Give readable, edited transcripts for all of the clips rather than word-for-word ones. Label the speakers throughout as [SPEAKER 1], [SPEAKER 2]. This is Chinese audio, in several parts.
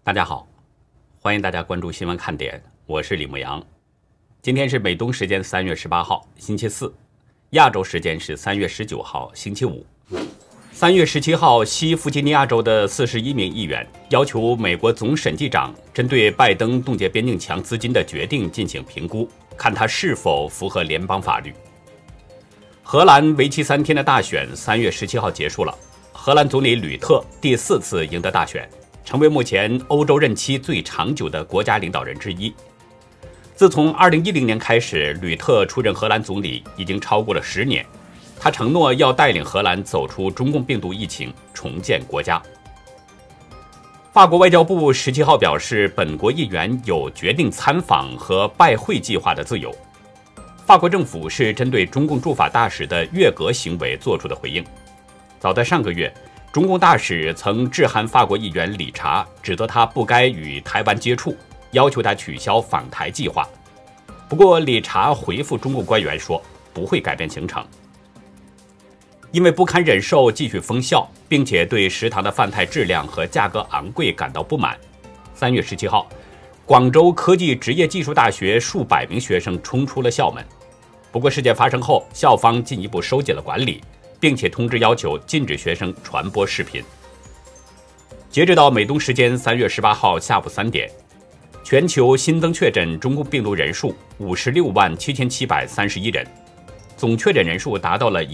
[SPEAKER 1] 大家好，欢迎大家关注新闻看点，我是李牧阳。今天是美东时间3月18号，星期四；亚洲时间是3月19号，星期五。3月17号，西弗吉尼亚州的41名议员要求美国总审计长针对拜登冻结边境墙资金的决定进行评估，看他是否符合联邦法律。荷兰为期3天的大选3月17号结束了，荷兰总理吕特第4次赢得大选，成为目前欧洲任期最长久的国家领导人之一。自从2010年开始，吕特出任荷兰总理已经超过了10年。他承诺要带领荷兰走出中共病毒疫情，重建国家。法国外交部17号表示，本国议员有决定参访和拜会计划的自由。法国政府是针对中共驻法大使的越格行为做出的回应。早在上个月，中共大使曾致函法国议员理查，指责他不该与台湾接触，要求他取消访台计划。不过，理查回复中共官员说不会改变行程。因为不堪忍受继续封校，并且对食堂的饭菜质量和价格昂贵感到不满，3月17号，广州科技职业技术大学数百名学生冲出了校门。不过事件发生后，校方进一步收紧了管理，并且通知要求禁止学生传播视频。截止到美东时间3月18号下午3点，全球新增确诊中共病毒人数567731人。总确诊人数达到了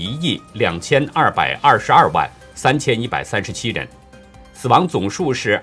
[SPEAKER 1] 122223137人，死亡总数是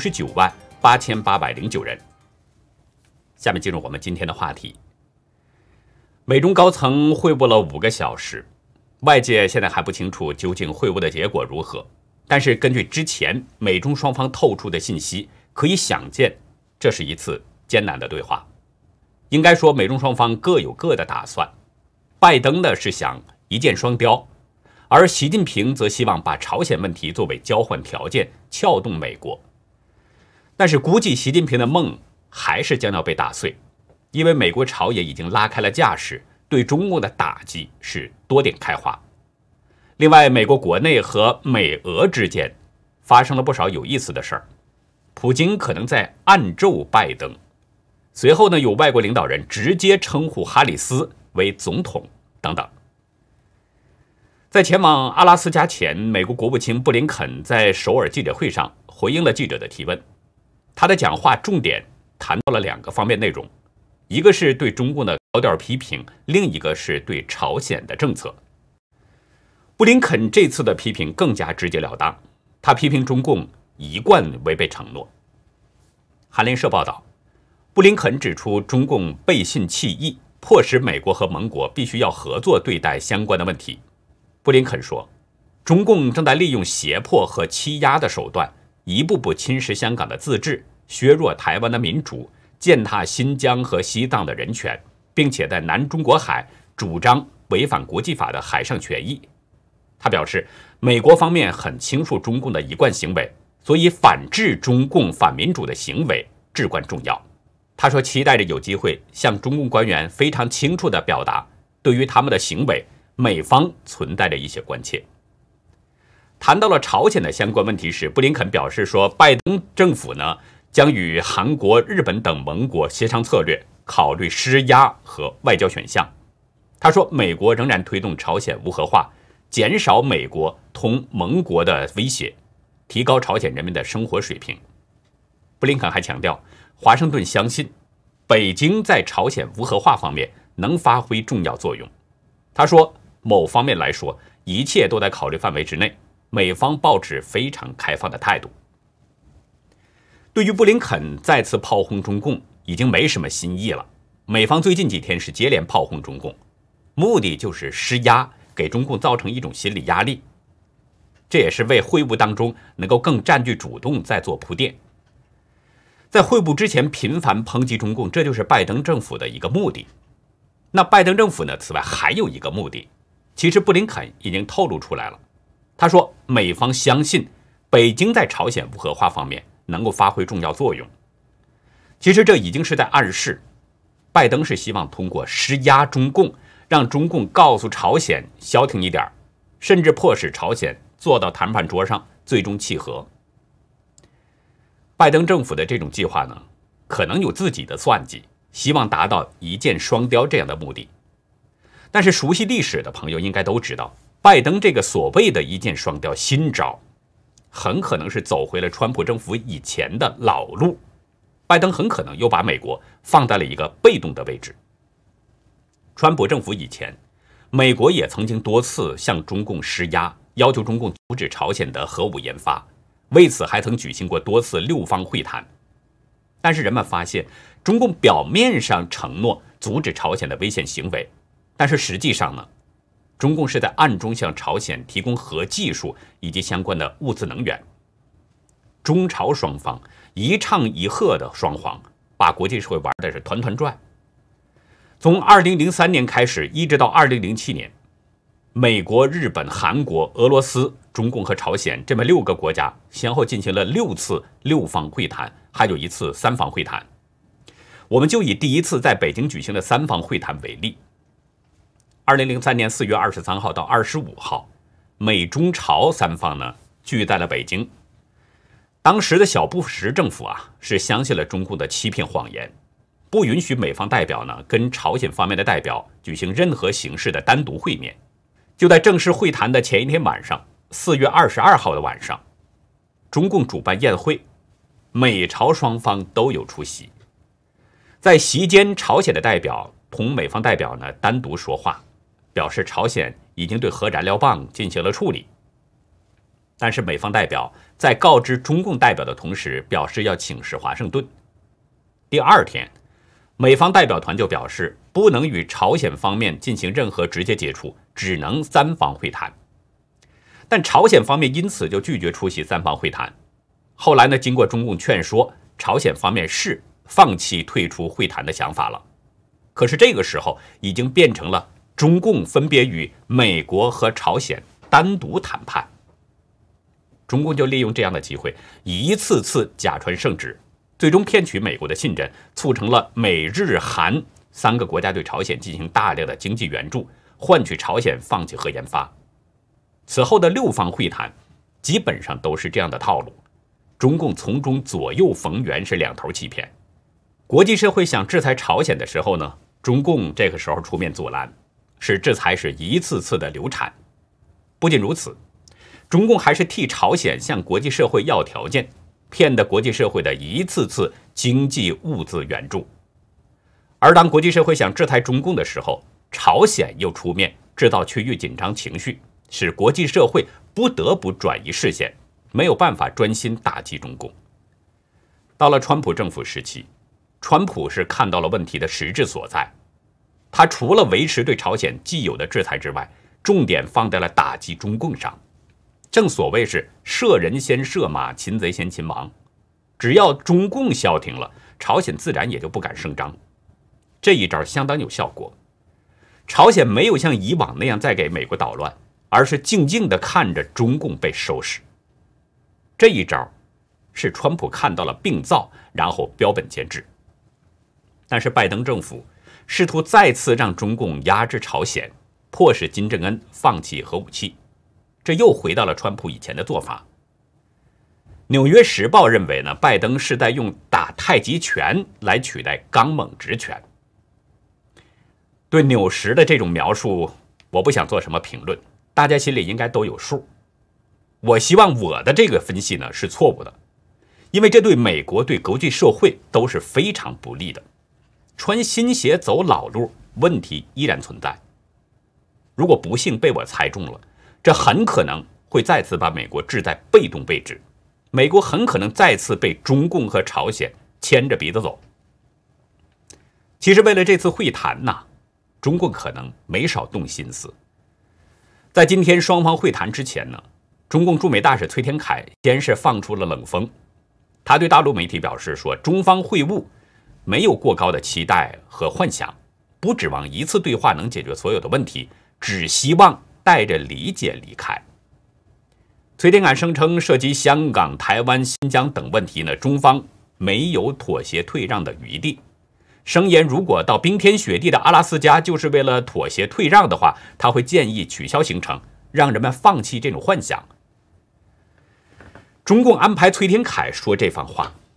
[SPEAKER 1] 2698809人。下面进入我们今天的话题。美中高层会晤了5个小时，外界现在还不清楚究竟会晤的结果如何，但是根据之前美中双方透出的信息，可以想见这是一次艰难的对话。应该说，美中双方各有各的打算。拜登呢是想一箭双雕，而习近平则希望把朝鲜问题作为交换条件，撬动美国。但是估计习近平的梦还是将要被打碎，因为美国朝野已经拉开了架势，对中共的打击是多点开花。另外，美国国内和美俄之间发生了不少有意思的事儿，普京可能在暗咒拜登。随后呢，有外国领导人直接称呼哈里斯为总统等等。在前往阿拉斯加前，美国国务卿布林肯在首尔记者会上回应了记者的提问。他的讲话重点谈到了2个方面内容，一个是对中共的高调批评，另一个是对朝鲜的政策。布林肯这次的批评更加直截了当，他批评中共一贯违背承诺。韩联社报道，布林肯指出中共背信弃义，迫使美国和盟国必须要合作对待相关的问题。布林肯说，中共正在利用胁迫和欺压的手段，一步步侵蚀香港的自治，削弱台湾的民主，践踏新疆和西藏的人权，并且在南中国海主张违反国际法的海上权益。他表示，美国方面很清楚中共的一贯行为，所以反制中共反民主的行为至关重要。他说，期待着有机会向中共官员非常清楚地表达，对于他们的行为，美方存在着一些关切。谈到了朝鲜的相关问题时，布林肯表示说，拜登政府呢将与韩国、日本等盟国协商策略，考虑施压和外交选项。他说，美国仍然推动朝鲜无核化，减少美国同盟国的威胁，提高朝鲜人民的生活水平。布林肯还强调，华盛顿相信北京在朝鲜无核化方面能发挥重要作用。他说，某方面来说，一切都在考虑范围之内，美方抱持非常开放的态度。对于布林肯再次炮轰中共已经没什么新意了，美方最近几天是接连炮轰中共，目的就是施压，给中共造成一种心理压力。这也是为会晤当中能够更占据主动在做铺垫。在会晤之前频繁抨击中共，这就是拜登政府的一个目的。那拜登政府呢，此外还有一个目的，其实布林肯已经透露出来了。他说，美方相信北京在朝鲜无核化方面能够发挥重要作用。其实这已经是在暗示，拜登是希望通过施压中共，让中共告诉朝鲜消停一点，甚至迫使朝鲜坐到谈判桌上，最终契合。 拜登政府的这种计划呢，可能有自己的算计，希望达到一箭双雕这样的目的。但是熟悉历史的朋友应该都知道，拜登这个所谓的一箭双雕新招，很可能是走回了川普政府以前的老路。拜登很可能又把美国放在了一个被动的位置。川普政府以前，美国也曾经多次向中共施压，要求中共阻止朝鲜的核武研发，为此还曾举行过多次六方会谈。但是人们发现，中共表面上承诺阻止朝鲜的危险行为，但是实际上呢，中共是在暗中向朝鲜提供核技术以及相关的物资能源。中朝双方一唱一和的双簧，把国际社会玩的是团团转。从2003年开始，一直到2007年，美国、日本、韩国、俄罗斯、中共和朝鲜这么6个国家先后进行了6次六方会谈，还有1次3方会谈。我们就以第一次在北京举行的3方会谈为例。2003年4月23号到25号，美中朝3方呢聚在了北京。当时的小布什政府是相信了中共的欺骗谎言，不允许美方代表呢跟朝鲜方面的代表举行任何形式的单独会面。就在正式会谈的前一天晚上，4月22号的晚上，中共主办宴会，美朝双方都有出席。在席间，朝鲜的代表同美方代表呢单独说话，表示朝鲜已经对核燃料棒进行了处理。但是美方代表在告知中共代表的同时，表示要请示华盛顿。第二天，美方代表团就表示不能与朝鲜方面进行任何直接接触，只能3方会谈。但朝鲜方面因此就拒绝出席3方会谈。后来呢，经过中共劝说，朝鲜方面是放弃退出会谈的想法了。可是这个时候已经变成了中共分别与美国和朝鲜单独谈判。中共就利用这样的机会，一次次假传圣旨，最终骗取美国的信任，促成了美日韩3个国家对朝鲜进行大量的经济援助，换取朝鲜放弃核研发。此后的6方会谈基本上都是这样的套路，中共从中左右逢源，是两头欺骗。国际社会想制裁朝鲜的时候呢，中共这个时候出面阻拦，使制裁是一次次的流产。不仅如此，中共还是替朝鲜向国际社会要条件，骗得国际社会的一次次经济物资援助。而当国际社会想制裁中共的时候，朝鲜又出面制造区域紧张情绪，使国际社会不得不转移视线，没有办法专心打击中共。到了川普政府时期，川普是看到了问题的实质所在，他除了维持对朝鲜既有的制裁之外，重点放在了打击中共上。正所谓是射人先射马，擒贼先擒王。只要中共消停了，朝鲜自然也就不敢声张。这一招相当有效果。朝鲜没有像以往那样再给美国捣乱，而是静静地看着中共被收拾。这一招是川普看到了病灶，然后标本兼治。但是拜登政府试图再次让中共压制朝鲜，迫使金正恩放弃核武器。这又回到了川普以前的做法。纽约时报认为呢，拜登是在用打太极拳来取代刚猛直拳。对纽时的这种描述，我不想做什么评论，大家心里应该都有数。我希望我的这个分析呢是错误的，因为这对美国、对国际社会都是非常不利的。穿新鞋走老路，问题依然存在。如果不幸被我猜中了，这很可能会再次把美国置在被动位置，美国很可能再次被中共和朝鲜牵着鼻子走。其实为了这次会谈呢，中共可能没少动心思。在今天双方会谈之前呢，中共驻美大使崔天凯先是放出了冷风，他对大陆媒体表示说，中方会晤没有过高的期待和幻想，不指望一次对话能解决所有的问题，只希望带着理解离开。崔天凯声称，涉及香港、台湾、新疆等问题呢，中方没有妥协退让的余地。声言如果到冰天雪地的阿拉斯加就是为了妥协退让的话，他会建议取消行程，让人们放弃这种幻想。中共安排崔天凯说这番话，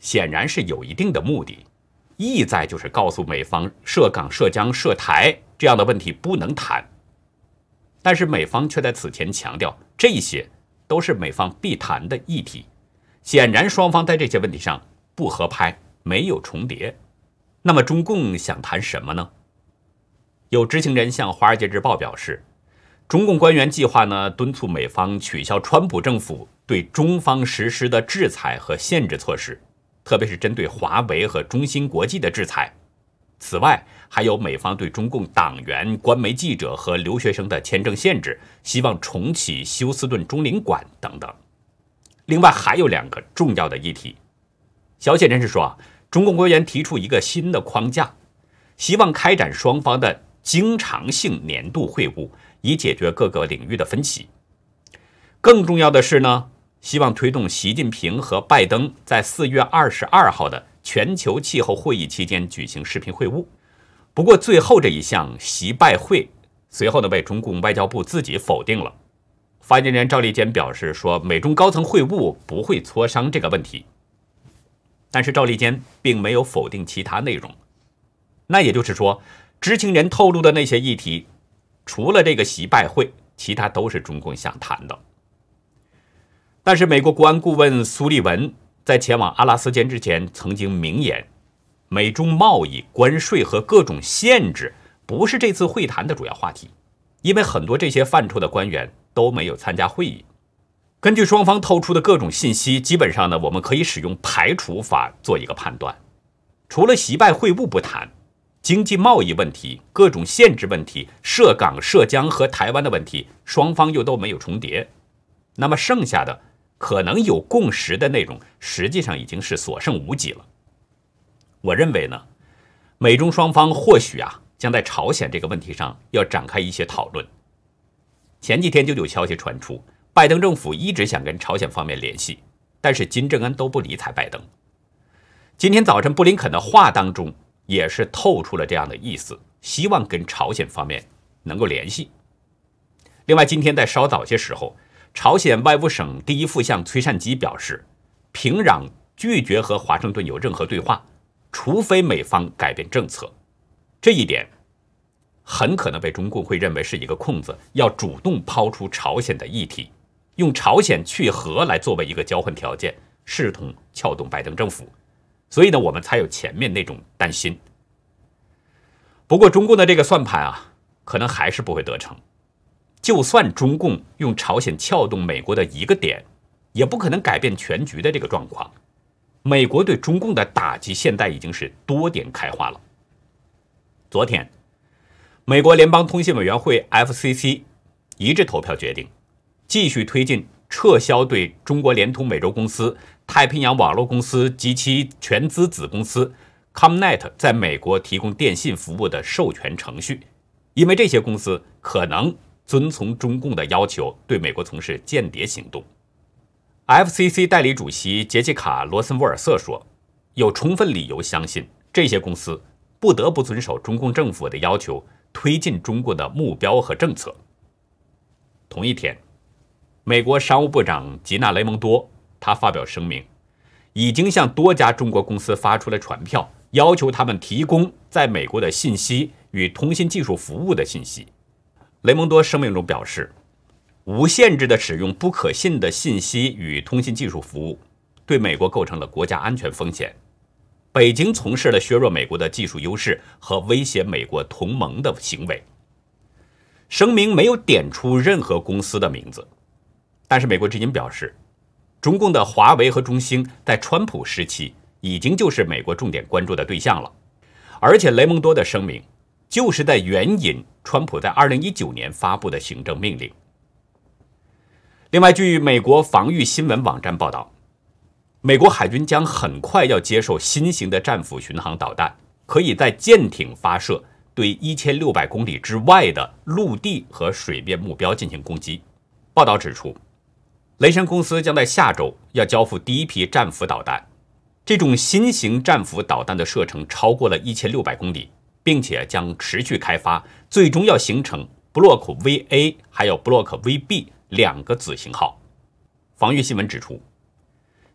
[SPEAKER 1] 显然是有一定的目的，意在就是告诉美方涉港、涉疆、涉台这样的问题不能谈。但是美方却在此前强调，这些都是美方必谈的议题。显然双方在这些问题上不合拍，没有重叠。那么中共想谈什么呢？有知情人向《华尔街日报》表示，中共官员计划呢敦促美方取消川普政府对中方实施的制裁和限制措施，特别是针对华为和中芯国际的制裁。此外，还有美方对中共党员、官媒记者和留学生的签证限制，希望重启休斯顿中领馆等等。另外还有2个重要的议题。消息人士说，中共官员提出一个新的框架，希望开展双方的经常性年度会晤，以解决各个领域的分歧。更重要的是呢，希望推动习近平和拜登在4月22号的全球气候会议期间举行视频会晤。不过最后这一项习拜会随后呢被中共外交部自己否定了。发言人赵立坚表示说，美中高层会晤不会磋商这个问题。但是赵立坚并没有否定其他内容。那也就是说，知情人透露的那些议题，除了这个习拜会，其他都是中共想谈的。但是美国国安顾问苏利文在前往阿拉斯加之前曾经明言，美中贸易、关税和各种限制不是这次会谈的主要话题，因为很多这些范畴的官员都没有参加会议。根据双方透出的各种信息，基本上呢，我们可以使用排除法做一个判断。除了习拜会晤不谈，经济贸易问题、各种限制问题、涉港、涉疆和台湾的问题，双方又都没有重叠。那么剩下的可能有共识的内容，实际上已经是所剩无几了。我认为呢，美中双方或许将在朝鲜这个问题上要展开一些讨论。前几天就有消息传出，拜登政府一直想跟朝鲜方面联系，但是金正恩都不理睬拜登。今天早晨布林肯的话当中也是透出了这样的意思，希望跟朝鲜方面能够联系。另外，今天在稍早些时候，朝鲜外务省第一副相崔善基表示，平壤拒绝和华盛顿有任何对话，除非美方改变政策。这一点很可能被中共会认为是一个空子，要主动抛出朝鲜的议题，用朝鲜去核来作为一个交换条件，试图撬动拜登政府。所以呢，我们才有前面那种担心。不过中共的这个算盘可能还是不会得逞。就算中共用朝鲜撬动美国的一个点，也不可能改变全局的这个状况。美国对中共的打击现在已经是多点开花了。昨天，美国联邦通信委员会 FCC 一致投票决定，继续推进撤销对中国联通美洲公司、太平洋网络公司及其全资子公司 ComNet 在美国提供电信服务的授权程序，因为这些公司可能遵从中共的要求，对美国从事间谍行动。FCC 代理主席杰西卡·罗森沃尔瑟说，有充分理由相信这些公司不得不遵守中共政府的要求，推进中国的目标和政策。同一天，美国商务部长吉娜·雷蒙多他发表声明，已经向多家中国公司发出了传票，要求他们提供在美国的信息与通信技术服务的信息。雷蒙多声明中表示，无限制地使用不可信的信息与通信技术服务，对美国构成了国家安全风险。北京从事了削弱美国的技术优势和威胁美国同盟的行为。声明没有点出任何公司的名字，但是美国之音表示，中共的华为和中兴在川普时期已经就是美国重点关注的对象了，而且雷蒙多的声明就是在援引川普在2019年发布的行政命令。另外，据美国防御新闻网站报道，美国海军将很快要接受新型的战斧巡航导弹，可以在舰艇发射对1600公里之外的陆地和水面目标进行攻击。报道指出，雷神公司将在下周要交付第一批战斧导弹。这种新型战斧导弹的射程超过了1600公里，并且将持续开发，最终要形成 Block VA 还有 Block VB 2个子型号。防御新闻指出，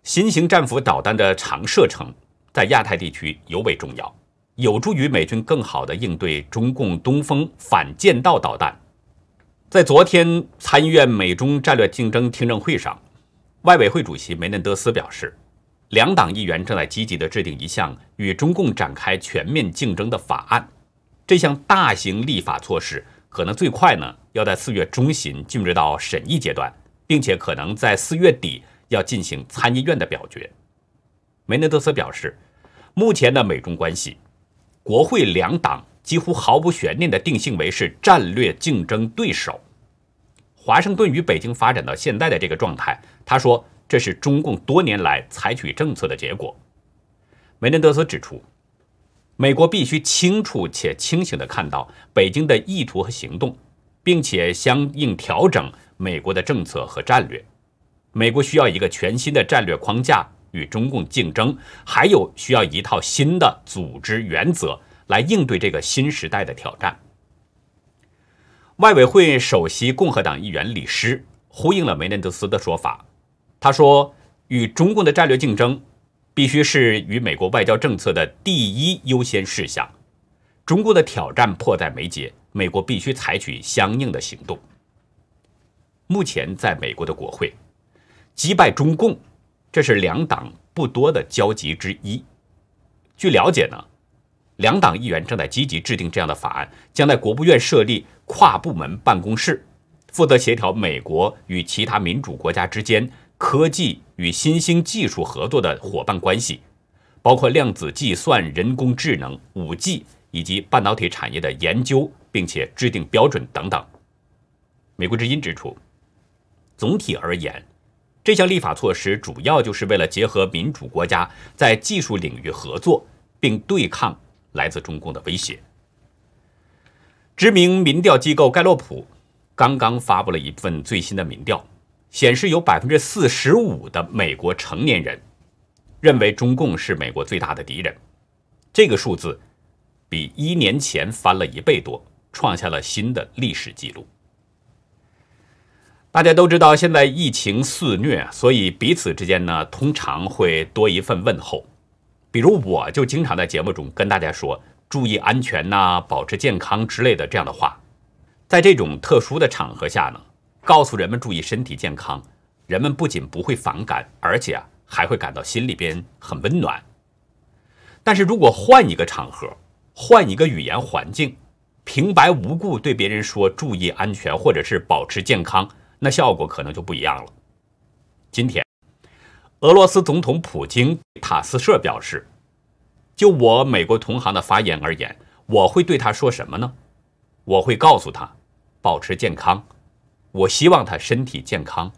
[SPEAKER 1] 新型战斧导弹的长射程在亚太地区尤为重要，有助于美军更好地应对中共东风反舰道导弹。在昨天参议院美中战略竞争听证会上，外委会主席梅嫩德斯表示，两党议员正在积极地制定一项与中共展开全面竞争的法案。这项大型立法措施可能最快要在4月中旬进入到审议阶段，并且可能在4月底要进行参议院的表决。梅嫩德斯表示，目前的美中关系，国会两党几乎毫无悬念地定性为是战略竞争对手。华盛顿与北京发展到现在的这个状态，他说这是中共多年来采取政策的结果。梅嫩德斯指出，美国必须清楚且清醒地看到北京的意图和行动，并且相应调整美国的政策和战略。美国需要一个全新的战略框架与中共竞争，还有需要一套新的组织原则来应对这个新时代的挑战。外委会首席共和党议员李施呼应了梅嫩德斯的说法，他说，与中共的战略竞争必须是与美国外交政策的第一优先事项。中共的挑战迫在眉睫，美国必须采取相应的行动。目前在美国的国会，击败中共，这是两党不多的交集之一。据了解两党议员正在积极制定这样的法案，将在国务院设立跨部门办公室，负责协调美国与其他民主国家之间科技与新兴技术合作的伙伴关系，包括量子计算、人工智能、5G 以及半导体产业的研究，并且制定标准等等。美国之音指出，总体而言，这项立法措施主要就是为了结合民主国家在技术领域合作，并对抗来自中共的威胁。知名民调机构盖洛普刚刚发布了一份最新的民调，显示有 45% 的美国成年人认为中共是美国最大的敌人。这个数字比1年前翻了1倍多，创下了新的历史记录。大家都知道现在疫情肆虐，所以彼此之间通常会多一份问候。比如我就经常在节目中跟大家说注意安全保持健康之类的这样的话。在这种特殊的场合下告诉人们注意身体健康，人们不仅不会反感，而且还会感到心里边很温暖。但是如果换一个场合，换一个语言环境，平白无故对别人说注意安全或者是保持健康，那效果可能就不一样了。今天俄罗斯总统普京塔斯社表示，就我美国同行的发言而言，我会对他说什么呢？我会告诉他保持健康，我希望他身体健康。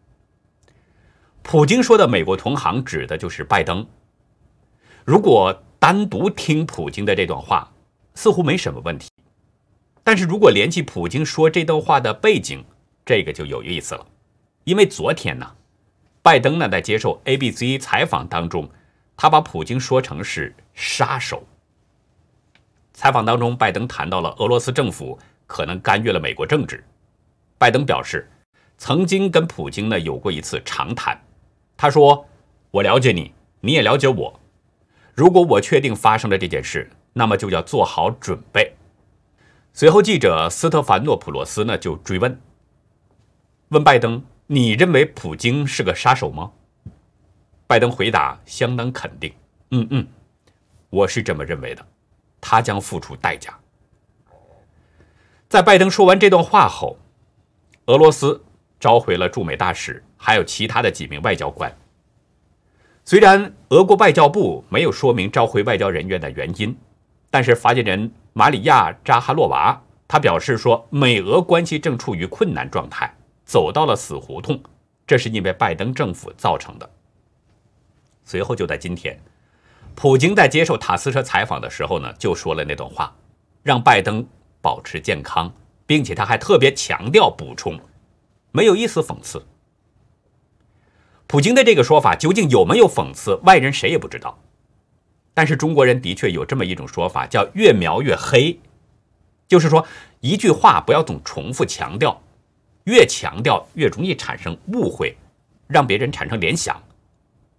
[SPEAKER 1] 普京说的美国同行指的就是拜登。如果单独听普京的这段话，似乎没什么问题。但是如果联系普京说这段话的背景，这个就有意思了。因为昨天拜登在接受 ABC 采访当中，他把普京说成是杀手。采访当中，拜登谈到了俄罗斯政府可能干预了美国政治。拜登表示，曾经跟普京有过一次长谈。他说，我了解你，你也了解我。如果我确定发生了这件事，那么就要做好准备。随后记者斯特凡诺普洛斯就追问拜登，你认为普京是个杀手吗？拜登回答相当肯定，我是这么认为的，他将付出代价。在拜登说完这段话后，俄罗斯召回了驻美大使，还有其他的几名外交官。虽然俄国外交部没有说明召回外交人员的原因，但是发言人马里亚扎哈洛娃他表示说，美俄关系正处于困难状态，走到了死胡同，这是因为拜登政府造成的。随后就在今天，普京在接受塔斯社采访的时候就说了那段话，让拜登保持健康，并且他还特别强调补充，没有一丝讽刺。普京的这个说法究竟有没有讽刺，外人谁也不知道。但是中国人的确有这么一种说法，叫越描越黑，就是说一句话不要总重复强调，越强调越容易产生误会，让别人产生联想。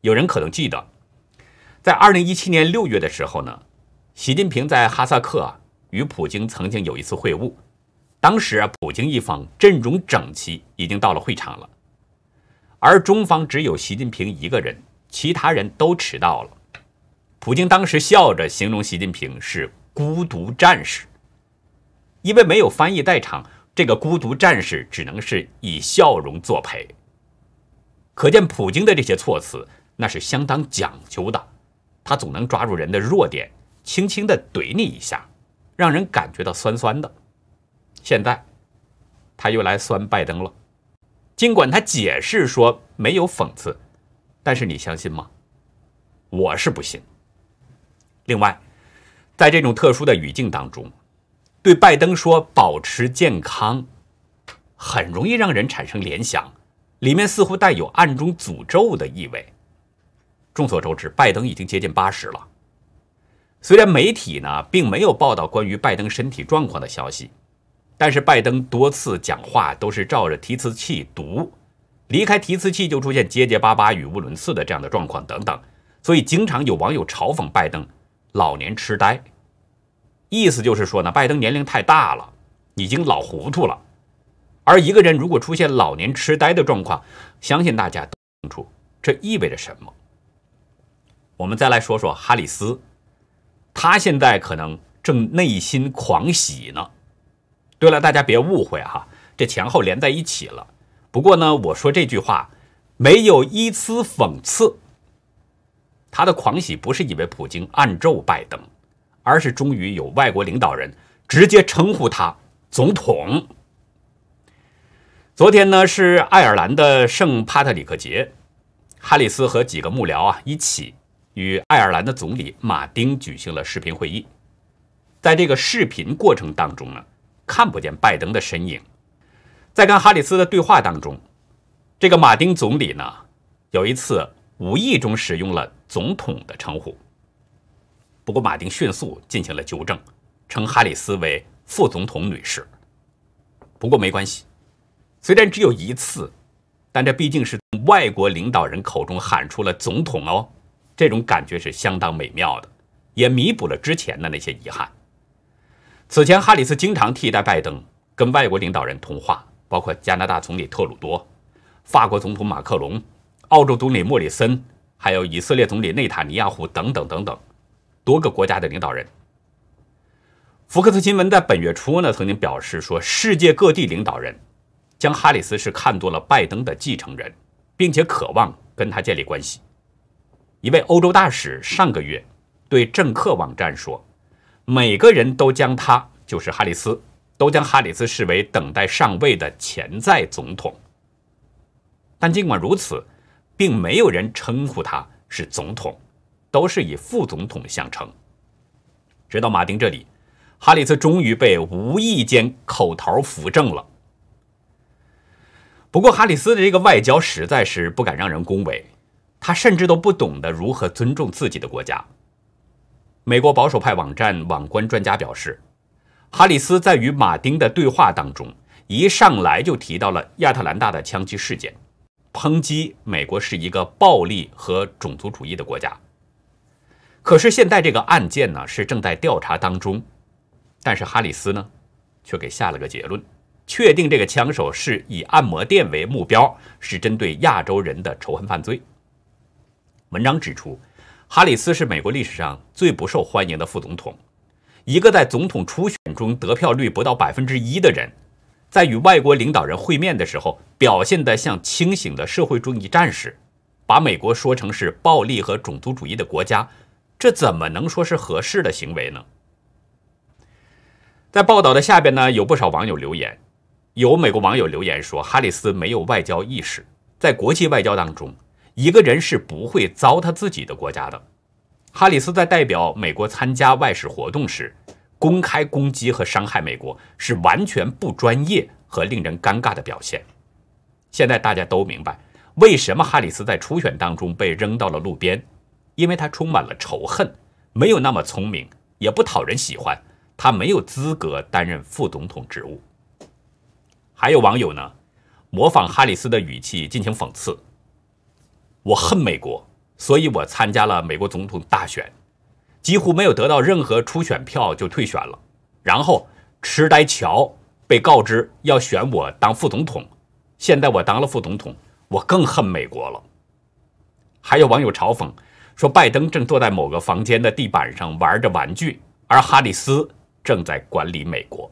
[SPEAKER 1] 有人可能记得，在2017年6月的时候呢，习近平在哈萨克与普京曾经有一次会晤。当时普京一方阵容整齐，已经到了会场了，而中方只有习近平一个人，其他人都迟到了。普京当时笑着形容习近平是孤独战士，因为没有翻译在场，这个孤独战士只能是以笑容作陪。可见普京的这些措辞那是相当讲究的，他总能抓住人的弱点，轻轻地怼你一下，让人感觉到酸酸的。现在他又来酸拜登了，尽管他解释说没有讽刺，但是你相信吗？我是不信。另外，在这种特殊的语境当中，对拜登说保持健康，很容易让人产生联想，里面似乎带有暗中诅咒的意味。众所周知，拜登已经接近80了。虽然媒体呢并没有报道关于拜登身体状况的消息，但是拜登多次讲话都是照着提词器读，离开提词器就出现结结巴巴、语无伦次的这样的状况等等，所以经常有网友嘲讽拜登老年痴呆，意思就是说呢，拜登年龄太大了，已经老糊涂了。而一个人如果出现老年痴呆的状况，相信大家都清楚这意味着什么。我们再来说说哈里斯，他现在可能正内心狂喜呢。对了，大家别误会哈，这前后连在一起了。不过呢，我说这句话没有一丝讽刺。他的狂喜不是因为普京暗咒拜登，而是终于有外国领导人直接称呼他总统。昨天呢是爱尔兰的圣帕特里克节，哈里斯和几个幕僚一起与爱尔兰的总理马丁举行了视频会议。在这个视频过程当中呢，看不见拜登的身影。在跟哈里斯的对话当中，这个马丁总理呢有一次无意中使用了总统的称呼，不过马丁迅速进行了纠正，称哈里斯为副总统女士。不过没关系，虽然只有一次，但这毕竟是外国领导人口中喊出了总统哦，这种感觉是相当美妙的，也弥补了之前的那些遗憾。此前哈里斯经常替代拜登跟外国领导人通话，包括加拿大总理特鲁多、法国总统马克龙、澳洲总理莫里森，还有以色列总理内塔尼亚胡等等等等多个国家的领导人。福克斯新闻在本月初呢曾经表示说，世界各地领导人将哈里斯是看作了拜登的继承人，并且渴望跟他建立关系。一位欧洲大使上个月对政客网站说，每个人都将他，就是哈里斯，都将哈里斯视为等待上位的潜在总统。但尽管如此，并没有人称呼他是总统，都是以副总统相称。直到马丁这里，哈里斯终于被无意间口头扶正了。不过哈里斯的这个外交实在是不敢让人恭维，他甚至都不懂得如何尊重自己的国家。美国保守派网站网关专家表示，哈里斯在与马丁的对话当中，一上来就提到了亚特兰大的枪击事件，抨击美国是一个暴力和种族主义的国家。可是现在这个案件呢是正在调查当中，但是哈里斯呢却给下了个结论，确定这个枪手是以按摩店为目标，是针对亚洲人的仇恨犯罪。文章指出，哈里斯是美国历史上最不受欢迎的副总统，一个在总统初选中得票率不到1%的人，在与外国领导人会面的时候，表现得像清醒的社会主义战士，把美国说成是暴力和种族主义的国家，这怎么能说是合适的行为呢？在报道的下边呢，有不少网友留言，有美国网友留言说，哈里斯没有外交意识，在国际外交当中，一个人是不会糟蹋自己的国家的。哈里斯在代表美国参加外事活动时，公开攻击和伤害美国，是完全不专业和令人尴尬的表现。现在大家都明白，为什么哈里斯在初选当中被扔到了路边，因为他充满了仇恨，没有那么聪明，也不讨人喜欢，他没有资格担任副总统职务。还有网友呢，模仿哈里斯的语气进行讽刺，我恨美国， 所以我参加了美国总统大选，几乎没有得到任何初选票就退选了。然后痴呆乔被告知要选我当副总统，现在我当了副总统，我更恨美国了。还有网友嘲讽说，拜登正坐在某个房间的地板上玩着玩具，而哈里斯正在管理美国。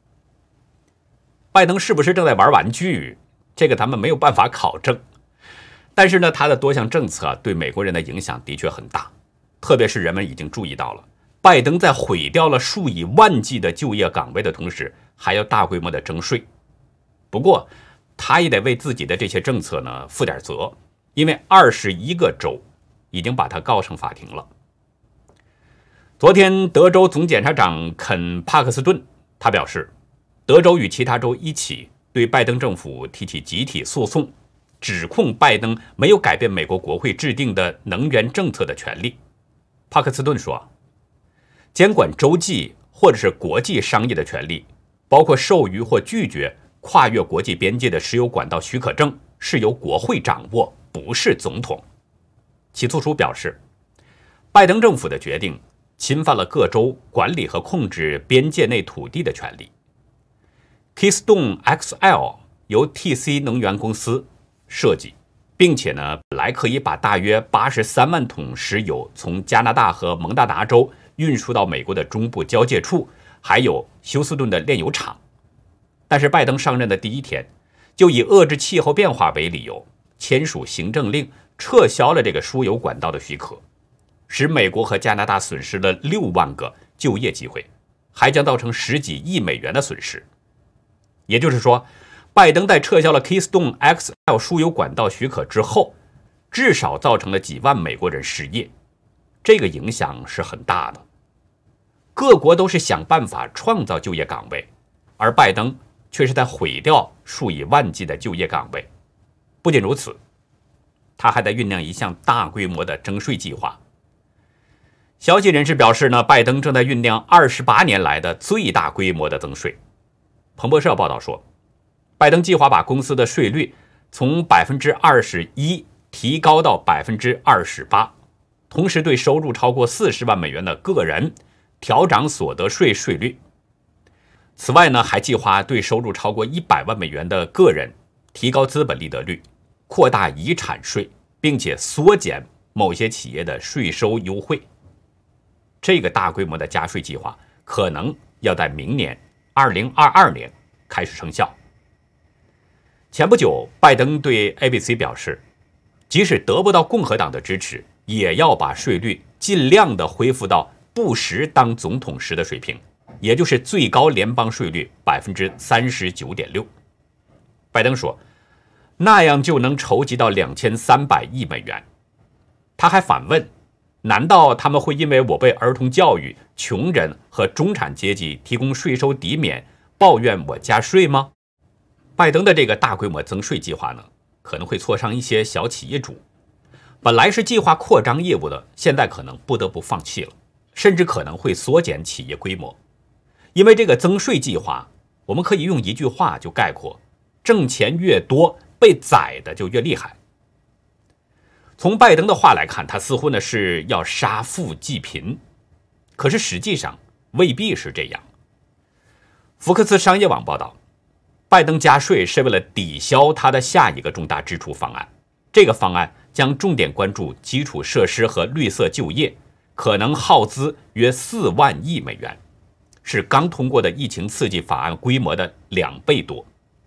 [SPEAKER 1] 拜登是不是正在玩玩具，这个咱们没有办法考证。但是呢，他的多项政策对美国人的影响的确很大，特别是人们已经注意到了，拜登在毁掉了数以万计的就业岗位的同时，还要大规模的征税。不过，他也得为自己的这些政策呢负点责，因为21个州已经把他告上法庭了。昨天，德州总检察长肯·帕克斯顿他表示，德州与其他州一起对拜登政府提起集体诉讼，指控拜登没有改变美国国会制定的能源政策的权利。帕克斯顿说，监管州际或者是国际商业的权利，包括授予或拒绝跨越国际边界的石油管道许可证，是由国会掌握，不是总统。起诉书表示，拜登政府的决定侵犯了各州管理和控制边界内土地的权利。Keystone XL 由 TC 能源公司设计，并且呢，本来可以把大约83万桶石油从加拿大和蒙大拿州运输到美国的中部交界处，还有休斯顿的炼油厂。但是拜登上任的第一天，就以遏制气候变化为理由，签署行政令，撤销了这个输油管道的许可，使美国和加拿大损失了6万个就业机会，还将造成10几亿美元的损失。也就是说，拜登在撤销了 Keystone XL 输油管道许可之后，至少造成了几万美国人失业，这个影响是很大的。各国都是想办法创造就业岗位，而拜登却是在毁掉数以万计的就业岗位。不仅如此，他还在酝酿一项大规模的征税计划。消息人士表示呢，拜登正在酝酿28年来的最大规模的增税。彭博社报道说，拜登计划把公司的税率从 21% 提高到 28%， 同时对收入超过40万美元的个人调涨所得税税率。此外呢，还计划对收入超过100万美元的个人提高资本利得率，扩大遗产税，并且缩减某些企业的税收优惠。这个大规模的加税计划可能要在明年2022年开始生效。前不久，拜登对 ABC 表示，即使得不到共和党的支持，也要把税率尽量的恢复到布什当总统时的水平，也就是最高联邦税率 39.6%。拜登说，那样就能筹集到2300亿美元。他还反问，难道他们会因为我为儿童教育、穷人和中产阶级提供税收抵免，抱怨我加税吗？拜登的这个大规模增税计划呢，可能会挫伤一些小企业主。本来是计划扩张业务的，现在可能不得不放弃了，甚至可能会缩减企业规模。因为这个增税计划，我们可以用一句话就概括：挣钱越多，被宰的就越厉害。从拜登的话来看，他似乎呢是要杀富济贫，可是实际上未必是这样。福克斯商业网报道，拜登加税是为了抵消他的下一个重大支出方案。这个方案将重点关注基础设施和绿色就业，可能耗资约4万亿美元，是刚通过的疫情刺激法案规模的2倍多。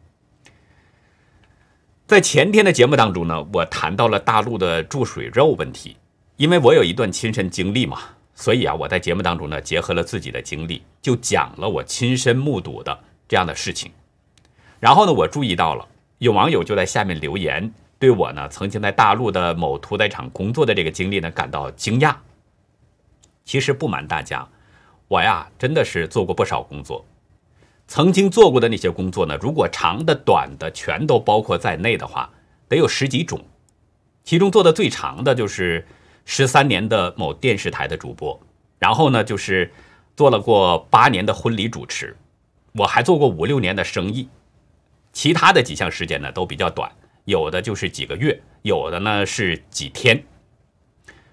[SPEAKER 1] 在前天的节目当中呢，我谈到了大陆的注水肉问题，因为我有一段亲身经历嘛，所以我在节目当中呢，结合了自己的经历，就讲了我亲身目睹的这样的事情。然后呢，我注意到了有网友就在下面留言，对我呢曾经在大陆的某屠宰场工作的这个经历呢感到惊讶。其实不瞒大家，我真的是做过不少工作，曾经做过的那些工作呢，如果长的短的全都包括在内的话，得有10几种。其中做的最长的就是13年的某电视台的主播，然后呢就是做了过8年的婚礼主持，我还做过5、6年的生意。其他的几项时间呢都比较短，有的就是几个月，有的呢是几天。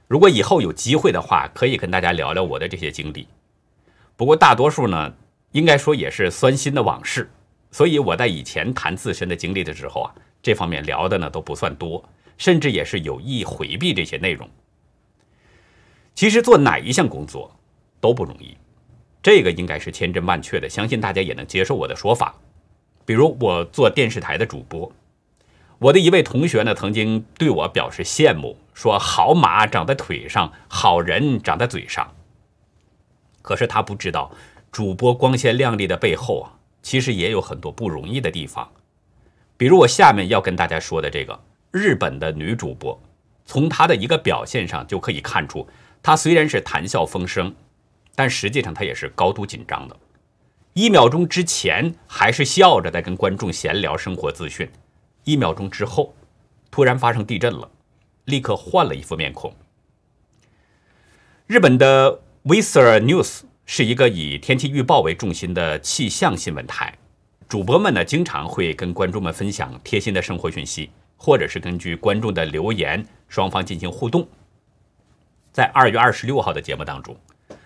[SPEAKER 1] 如果以后有机会的话，可以跟大家聊聊我的这些经历。不过大多数呢，应该说也是酸心的往事，所以我在以前谈自身的经历的时候啊，这方面聊的呢都不算多，甚至也是有意回避这些内容。其实做哪一项工作都不容易，这个应该是千真万确的，相信大家也能接受我的说法。比如我做电视台的主播，我的一位同学呢曾经对我表示羡慕，说好马长在腿上，好人长在嘴上。可是他不知道，主播光鲜亮丽的背后啊，其实也有很多不容易的地方。比如我下面要跟大家说的这个日本的女主播，从她的一个表现上就可以看出，她虽然是谈笑风生，但实际上她也是高度紧张的。1秒钟之前还是笑着在跟观众闲聊生活资讯，1秒钟之后突然发生地震了，立刻换了一副面孔。日本的 Weather News 是一个以天气预报为重心的气象新闻台，主播们呢经常会跟观众们分享贴心的生活讯息，或者是根据观众的留言双方进行互动。在2月26号的节目当中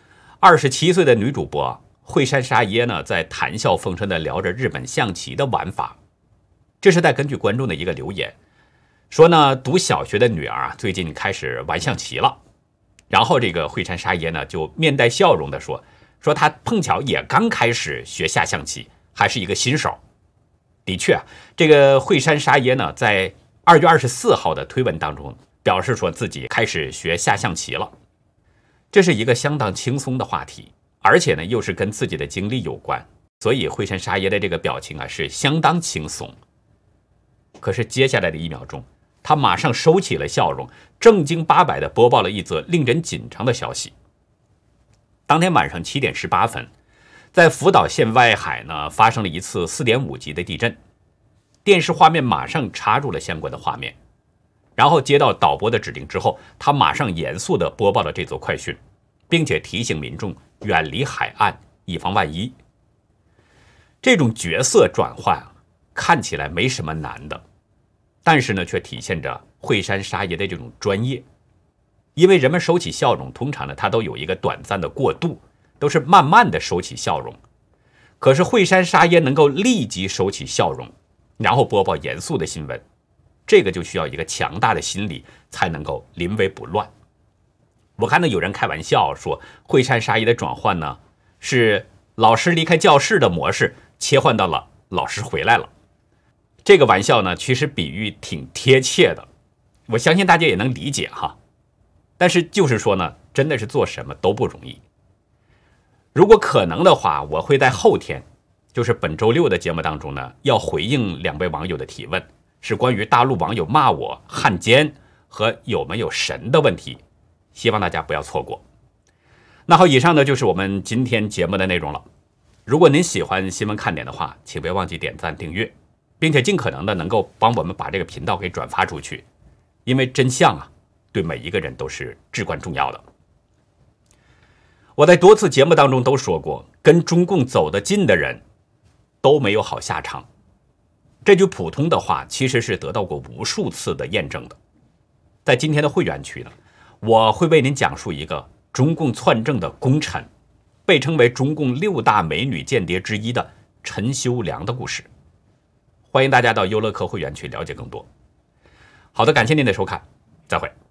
[SPEAKER 1] ，27岁的女主播惠山沙耶呢在谈笑风生地聊着日本象棋的玩法。这是在根据观众的一个留言说呢，读小学的女儿啊最近开始玩象棋了。然后这个惠山沙耶呢就面带笑容地说她碰巧也刚开始学下象棋，还是一个新手。的确啊，这个惠山沙耶呢在2月24号的推文当中表示说自己开始学下象棋了。这是一个相当轻松的话题，而且呢又是跟自己的经历有关，所以惠山沙耶的这个表情啊是相当轻松。可是接下来的1秒钟，他马上收起了笑容，正经八百地播报了一则令人紧张的消息。当天晚上7点18分，在福岛县外海呢发生了一次4.5级的地震，电视画面马上插入了相关的画面，然后接到导播的指令之后，他马上严肃地播报了这则快讯，并且提醒民众远离海岸，以防万一。这种角色转换看起来没什么难的，但是呢却体现着惠山沙耶的这种专业。因为人们收起笑容，通常呢它都有一个短暂的过渡，都是慢慢的收起笑容。可是惠山沙耶能够立即收起笑容，然后播报严肃的新闻，这个就需要一个强大的心理才能够临危不乱。我看到有人开玩笑说，惠山沙耶的转换呢是老师离开教室的模式切换到了老师回来了。这个玩笑呢其实比喻挺贴切的，我相信大家也能理解哈。但是就是说呢，真的是做什么都不容易。如果可能的话，我会在后天，就是本周6的节目当中呢，要回应2位网友的提问，是关于大陆网友骂我汉奸和有没有神的问题，希望大家不要错过。那好，以上呢就是我们今天节目的内容了。如果您喜欢新闻看点的话，请别忘记点赞订阅，并且尽可能的能够帮我们把这个频道给转发出去，因为真相啊对每一个人都是至关重要的。我在多次节目当中都说过，跟中共走得近的人都没有好下场。这句普通的话其实是得到过无数次的验证的。在今天的会员区呢，我会为您讲述一个中共篡政的功臣，被称为中共6大美女间谍之一的陈修良的故事。欢迎大家到优乐客会员区了解更多。好的，感谢您的收看，再会。